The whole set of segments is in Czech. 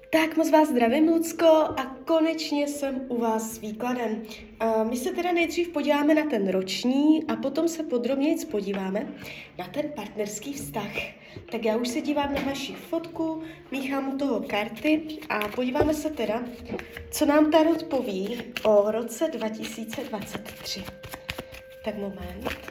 Tak moc vás zdravím, Lucko, a konečně jsem u vás s výkladem. My se teda nejdřív podíváme na ten roční a potom se podrobněji podíváme na ten partnerský vztah. Tak já už se dívám na vaši fotku, míchám u toho karty a podíváme se teda, co nám tarot poví o roce 2023. Tak moment.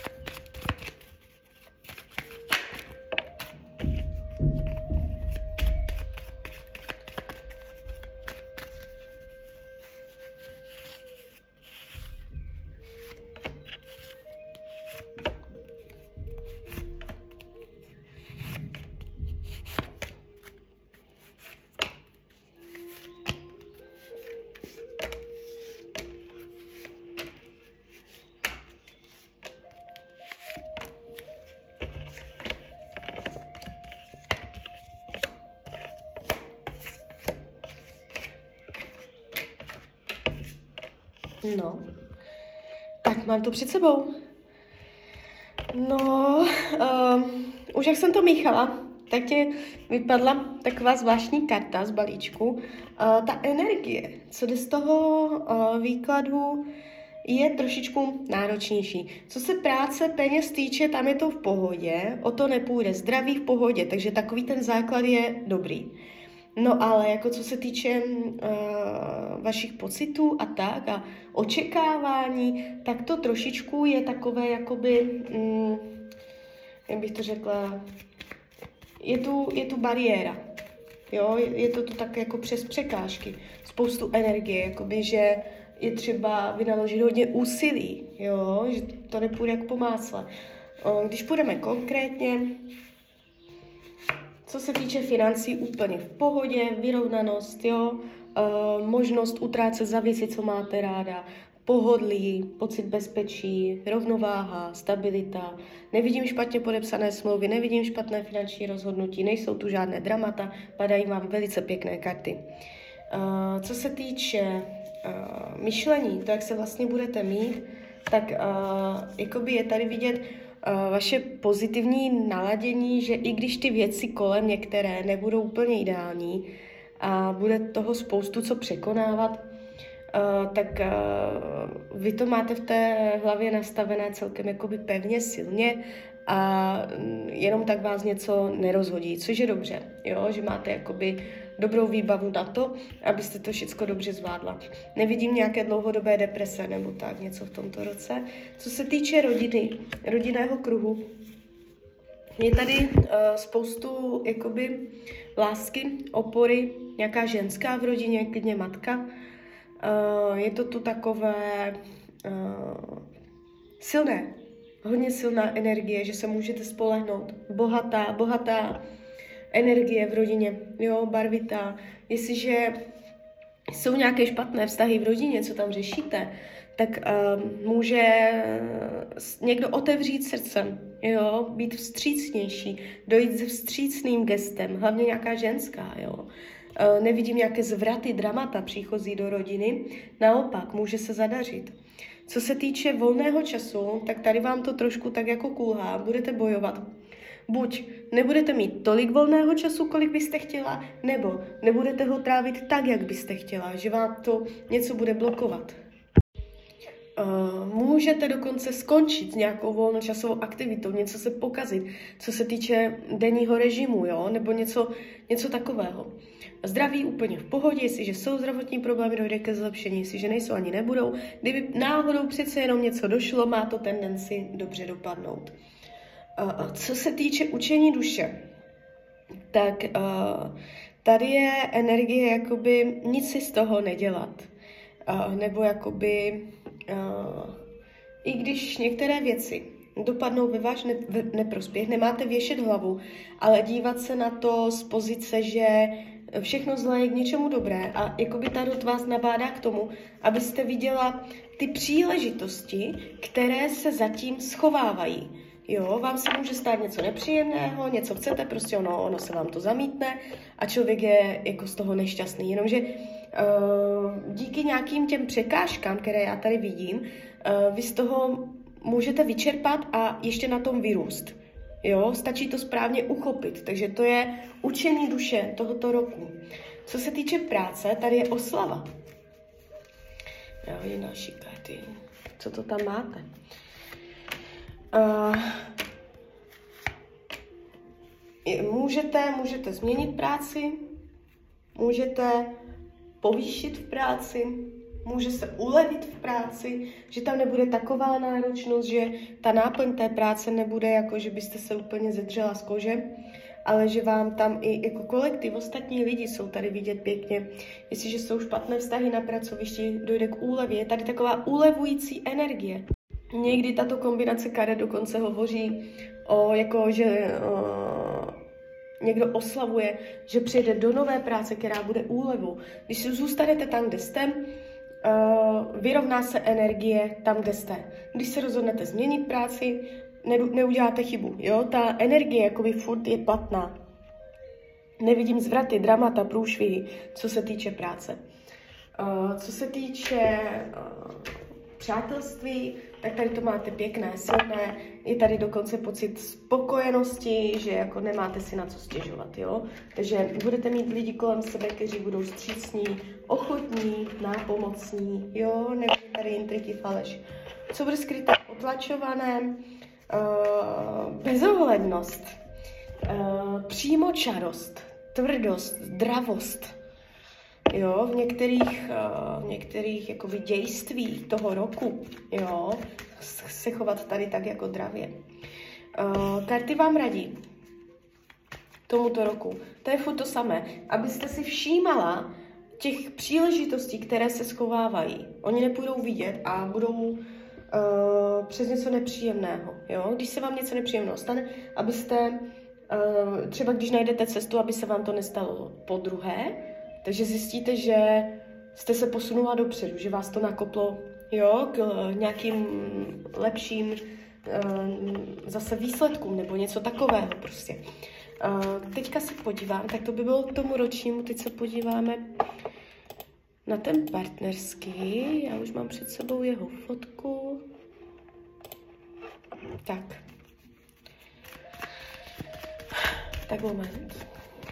No, tak mám to před sebou. No, už jak jsem to míchala, tak tě vypadla taková zvláštní karta z balíčku. Ta energie, co jde z toho výkladu, je trošičku náročnější. Co se práce, peněz týče, tam je to v pohodě, o to nepůjde. Zdraví v pohodě, takže takový ten základ je dobrý. No ale jako co se týče vašich pocitů a tak a očekávání, tak to trošičku je takové jakoby, jak bych to řekla, je tu bariéra, jo, je to tu tak jako přes překážky, spoustu energie, jakoby, že je třeba vynaložit hodně úsilí, jo, že to nepůjde jak po másle. Když půjdeme konkrétně, co se týče financí, úplně v pohodě, vyrovnanost, jo, možnost utrácet za věci, co máte ráda, pohodlí, pocit bezpečí, rovnováha, stabilita. Nevidím špatně podepsané smlouvy, nevidím špatné finanční rozhodnutí, nejsou tu žádné dramata, padají vám velice pěkné karty. Co se týče myšlení, to, jak se vlastně budete mít, tak jakoby je tady vidět vaše pozitivní naladění, že i když ty věci kolem některé nebudou úplně ideální a bude toho spoustu co překonávat, tak vy to máte v té hlavě nastavené celkem jakoby pevně, silně a jenom tak vás něco nerozhodí, což je dobře, jo? Že máte jakoby dobrou výbavu na to, abyste to všechno dobře zvládla. Nevidím nějaké dlouhodobé deprese nebo tak, něco v tomto roce. Co se týče rodiny, rodinného kruhu, je tady spoustu jakoby lásky, opory, nějaká ženská v rodině, klidně matka. Je to tu takové silné, hodně silná energie, že se můžete spolehnout. Bohatá energie v rodině, jo, barvitá. Jestliže jsou nějaké špatné vztahy v rodině, co tam řešíte, tak může někdo otevřít srdcem, jo, být vstřícnější, dojít se vstřícným gestem, hlavně nějaká ženská, jo. Nevidím nějaké zvraty, dramata příchozí do rodiny, naopak, může se zadařit. Co se týče volného času, tak tady vám to trošku tak jako kulhá, budete bojovat. Buď nebudete mít tolik volného času, kolik byste chtěla, nebo nebudete ho trávit tak, jak byste chtěla, že vám to něco bude blokovat. Můžete dokonce skončit s nějakou volnočasovou aktivitou, něco se pokazit, co se týče denního režimu, jo? Nebo něco takového. Zdraví úplně v pohodě, jestliže jsou zdravotní problémy, dojde ke zlepšení, jestliže nejsou, ani nebudou. Kdyby náhodou přece jenom něco došlo, má to tendenci dobře dopadnout. Co se týče učení duše, tak tady je energie jakoby nic si z toho nedělat. Nebo jakoby i když některé věci dopadnou ve váš neprospěch, nemáte věšet hlavu, ale dívat se na to z pozice, že všechno zlé je k něčemu dobré a jakoby tarot vás nabádá k tomu, abyste viděla ty příležitosti, které se zatím schovávají. Jo, vám se může stát něco nepříjemného, něco chcete, prostě ono se vám to zamítne a člověk je jako z toho nešťastný. Jenomže díky nějakým těm překážkám, které já tady vidím, vy z toho můžete vyčerpat a ještě na tom vyrůst. Jo, stačí to správně uchopit, takže to je učení duše tohoto roku. Co se týče práce, tady je oslava. Já vidím další karty. Co to tam máte? Můžete změnit práci, můžete povýšit v práci, může se ulevit v práci, že tam nebude taková náročnost, že ta náplň té práce nebude jako, že byste se úplně zedřela z kože, ale že vám tam i jako kolektiv, ostatní lidi jsou tady vidět pěkně. Jestliže jsou špatné vztahy na pracovišti, dojde k úlevě. Je tady taková ulevující energie. Někdy tato kombinace karet dokonce hovoří o, jako, že někdo oslavuje, že přijde do nové práce, která bude úlevou. Když zůstanete tam, kde jste, vyrovná se energie tam, kde jste. Když se rozhodnete změnit práci, neuděláte chybu. Jo? Ta energie jakoby furt je platná. Nevidím zvraty, dramata, průšvihy, co se týče práce. Co se týče přátelství, tak tady to máte pěkné, silné. Je tady dokonce pocit spokojenosti, že jako nemáte si na co stěžovat, jo. Takže budete mít lidi kolem sebe, kteří budou vstřícní, ochotní, nápomocní, jo. Nebude tady intriky, faleš. Co bude skryté, potlačované, bezohlednost, přímočarost, tvrdost, dravost. Jo, v některých jakoby dějstvích toho roku, jo, se chovat tady tak jako dravě. Karty vám radí tomuto roku. To je furt to samé, abyste si všímala těch příležitostí, které se schovávají. Oni nepůjdou vidět a budou přes něco nepříjemného. Jo? Když se vám něco nepříjemného stane, abyste třeba když najdete cestu, aby se vám to nestalo podruhé, takže zjistíte, že jste se posunula dopředu, že vás to nakoplo, jo, k nějakým lepším zase výsledkům nebo něco takového prostě. Teďka se podívám, tak to by bylo k tomu ročnímu, teď se podíváme na ten partnerský, já už mám před sebou jeho fotku. Tak moment.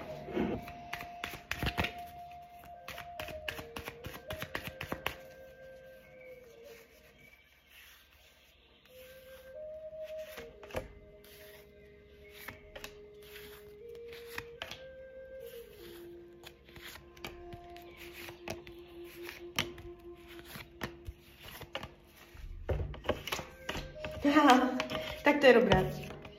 Tak to je dobré.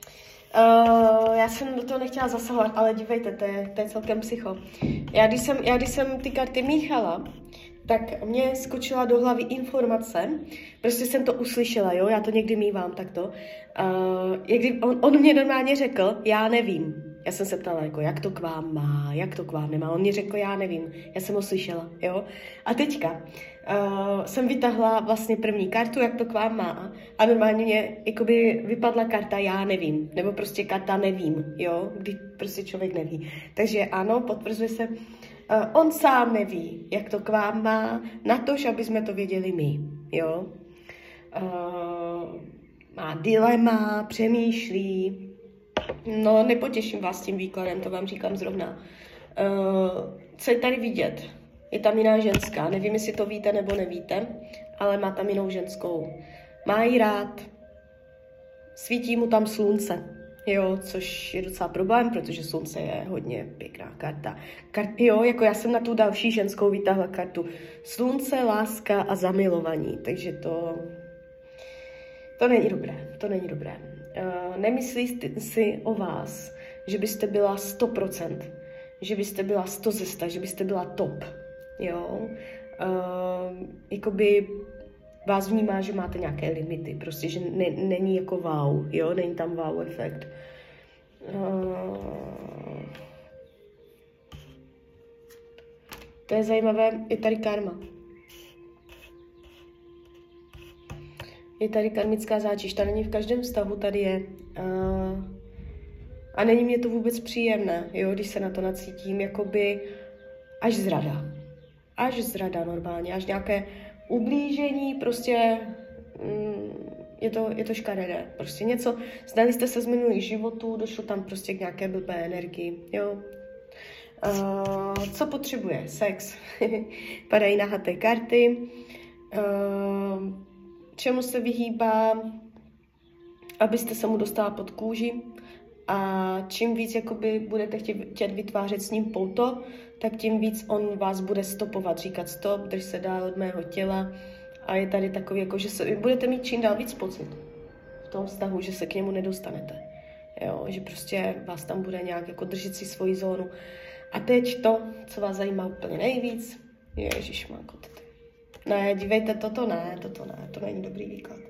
Já jsem do toho nechtěla zasahovat, ale dívejte, to je celkem psycho. Já když jsem ty karty míchala, tak mě skočila do hlavy informace, prostě jsem to uslyšela, jo, já to někdy mívám takto. On mě normálně řekl, já nevím. Já jsem se ptala, jako, jak to k vám má, jak to k vám nemá. On mě řekl, já nevím, já jsem ho slyšela, jo. A teďka jsem vytáhla vlastně první kartu, jak to k vám má. A normálně mě jakoby vypadla karta, já nevím, nebo prostě karta nevím, jo, kdy prostě člověk neví. Takže ano, potvrzuje se, on sám neví, jak to k vám má, natož, aby jsme to věděli my, jo. Má dilema, přemýšlí. No, nepotěším vás tím výkladem, to vám říkám zrovna. Co je tady vidět? Je tam jiná ženská, nevím, jestli to víte nebo nevíte, ale má tam jinou ženskou. Má ji rád, svítí mu tam slunce, jo, což je docela problém, protože slunce je hodně pěkná karta. Jo, jako já jsem na tu další ženskou vytáhla kartu. Slunce, láska a zamilovaní, takže to není dobré, to není dobré. Nemyslí si o vás, že byste byla 100%, že byste byla 100 ze 100, že byste byla top, jo. Jakoby vás vnímá, že máte nějaké limity, prostě, že není jako wow, jo, není tam wow efekt. To je zajímavé, je tady karma. Je tady karmická zátěž, ta není v každém vztahu, tady je. A není mě to vůbec příjemné, jo, když se na to nacítím, jakoby až zrada. Až zrada normálně, až nějaké ublížení, prostě Je to škaredé. Prostě něco, znali jste se z minulých životů, došlo tam prostě k nějaké blbé energii, jo. Co potřebuje? Sex. Padají nahaté karty. Čemu se vyhýbá, abyste se mu dostala pod kůži. A čím víc jakoby budete chtět vytvářet s ním pouto, tak tím víc on vás bude stopovat, říkat stop, drž se dál od mého těla. A je tady takový, jako, že budete mít čím dál víc pocit v tom vztahu, že se k němu nedostanete. Jo, že prostě vás tam bude nějak jako držet si svoji zónu. A teď to, co vás zajímá úplně nejvíc, ježišmarko, ne, dívejte, toto ne, to není dobrý výklad.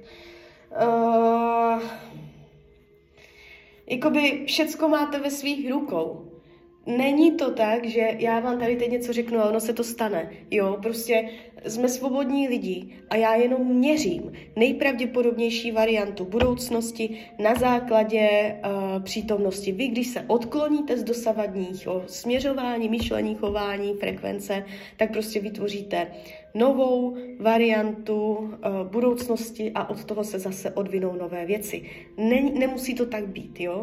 Jakoby všecko máte ve svých rukou. Není to tak, že já vám tady teď něco řeknu a ono se to stane. Jo, prostě jsme svobodní lidi a já jenom měřím nejpravděpodobnější variantu budoucnosti na základě přítomnosti. Vy, když se odkloníte z dosavadního směřování, myšlení, chování, frekvence, tak prostě vytvoříte novou variantu budoucnosti a od toho se zase odvinou nové věci. Nemusí to tak být, jo?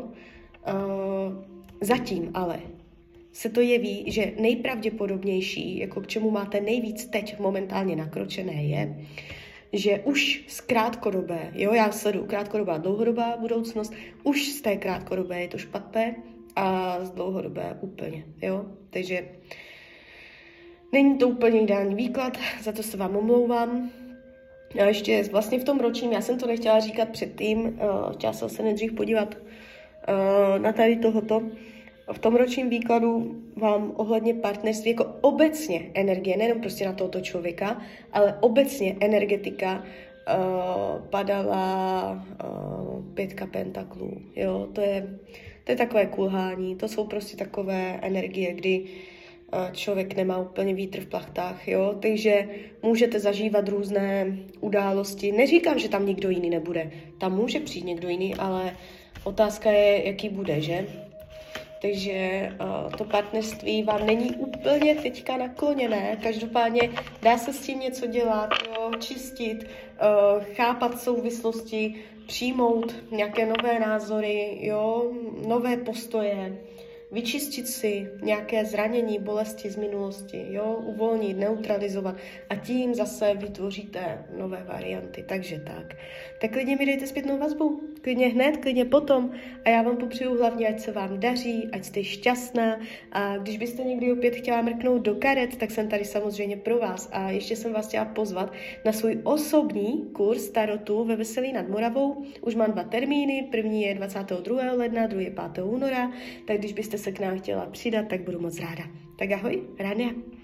Zatím ale se to jeví, že nejpravděpodobnější, jako k čemu máte nejvíc teď momentálně nakročené, je, že už z krátkodobé, jo, já sleduju krátkodobá, dlouhodobá budoucnost, už z té krátkodobé je to špatné a z dlouhodobé úplně, jo, takže není to úplně ideální výklad, za to se vám omlouvám. A ještě vlastně v tom ročním, já jsem to nechtěla říkat předtím, chtěla jsem se nejdřív podívat na tady tohoto. V tom ročním výkladu vám ohledně partnerství, jako obecně energie, nejenom prostě na tohoto člověka, ale obecně energetika padala 5 pentaklů. Jo? To je takové kulhání, to jsou prostě takové energie, kdy člověk nemá úplně vítr v plachtách, jo? Takže můžete zažívat různé události. Neříkám, že tam nikdo jiný nebude. Tam může přijít někdo jiný, ale otázka je, jaký bude, že? Takže to partnerství vám není úplně teďka nakloněné. Každopádně dá se s tím něco dělat, jo? Čistit, chápat souvislosti, přijmout nějaké nové názory, jo? Nové postoje, vyčistit si nějaké zranění, bolesti z minulosti, jo? Uvolnit, neutralizovat a tím zase vytvoříte nové varianty. Takže tak. Tak klidně mi dejte zpětnou vazbu. Klidně hned, klidně potom a já vám popřeju hlavně, ať se vám daří, ať jste šťastná a když byste někdy opět chtěla mrknout do karet, tak jsem tady samozřejmě pro vás a ještě jsem vás chtěla pozvat na svůj osobní kurz tarotu ve Veselí nad Moravou. Už mám 2 termíny, první je 22. ledna, druhý je 5. února, tak když byste se k nám chtěla přidat, tak budu moc ráda. Tak ahoj, Rania.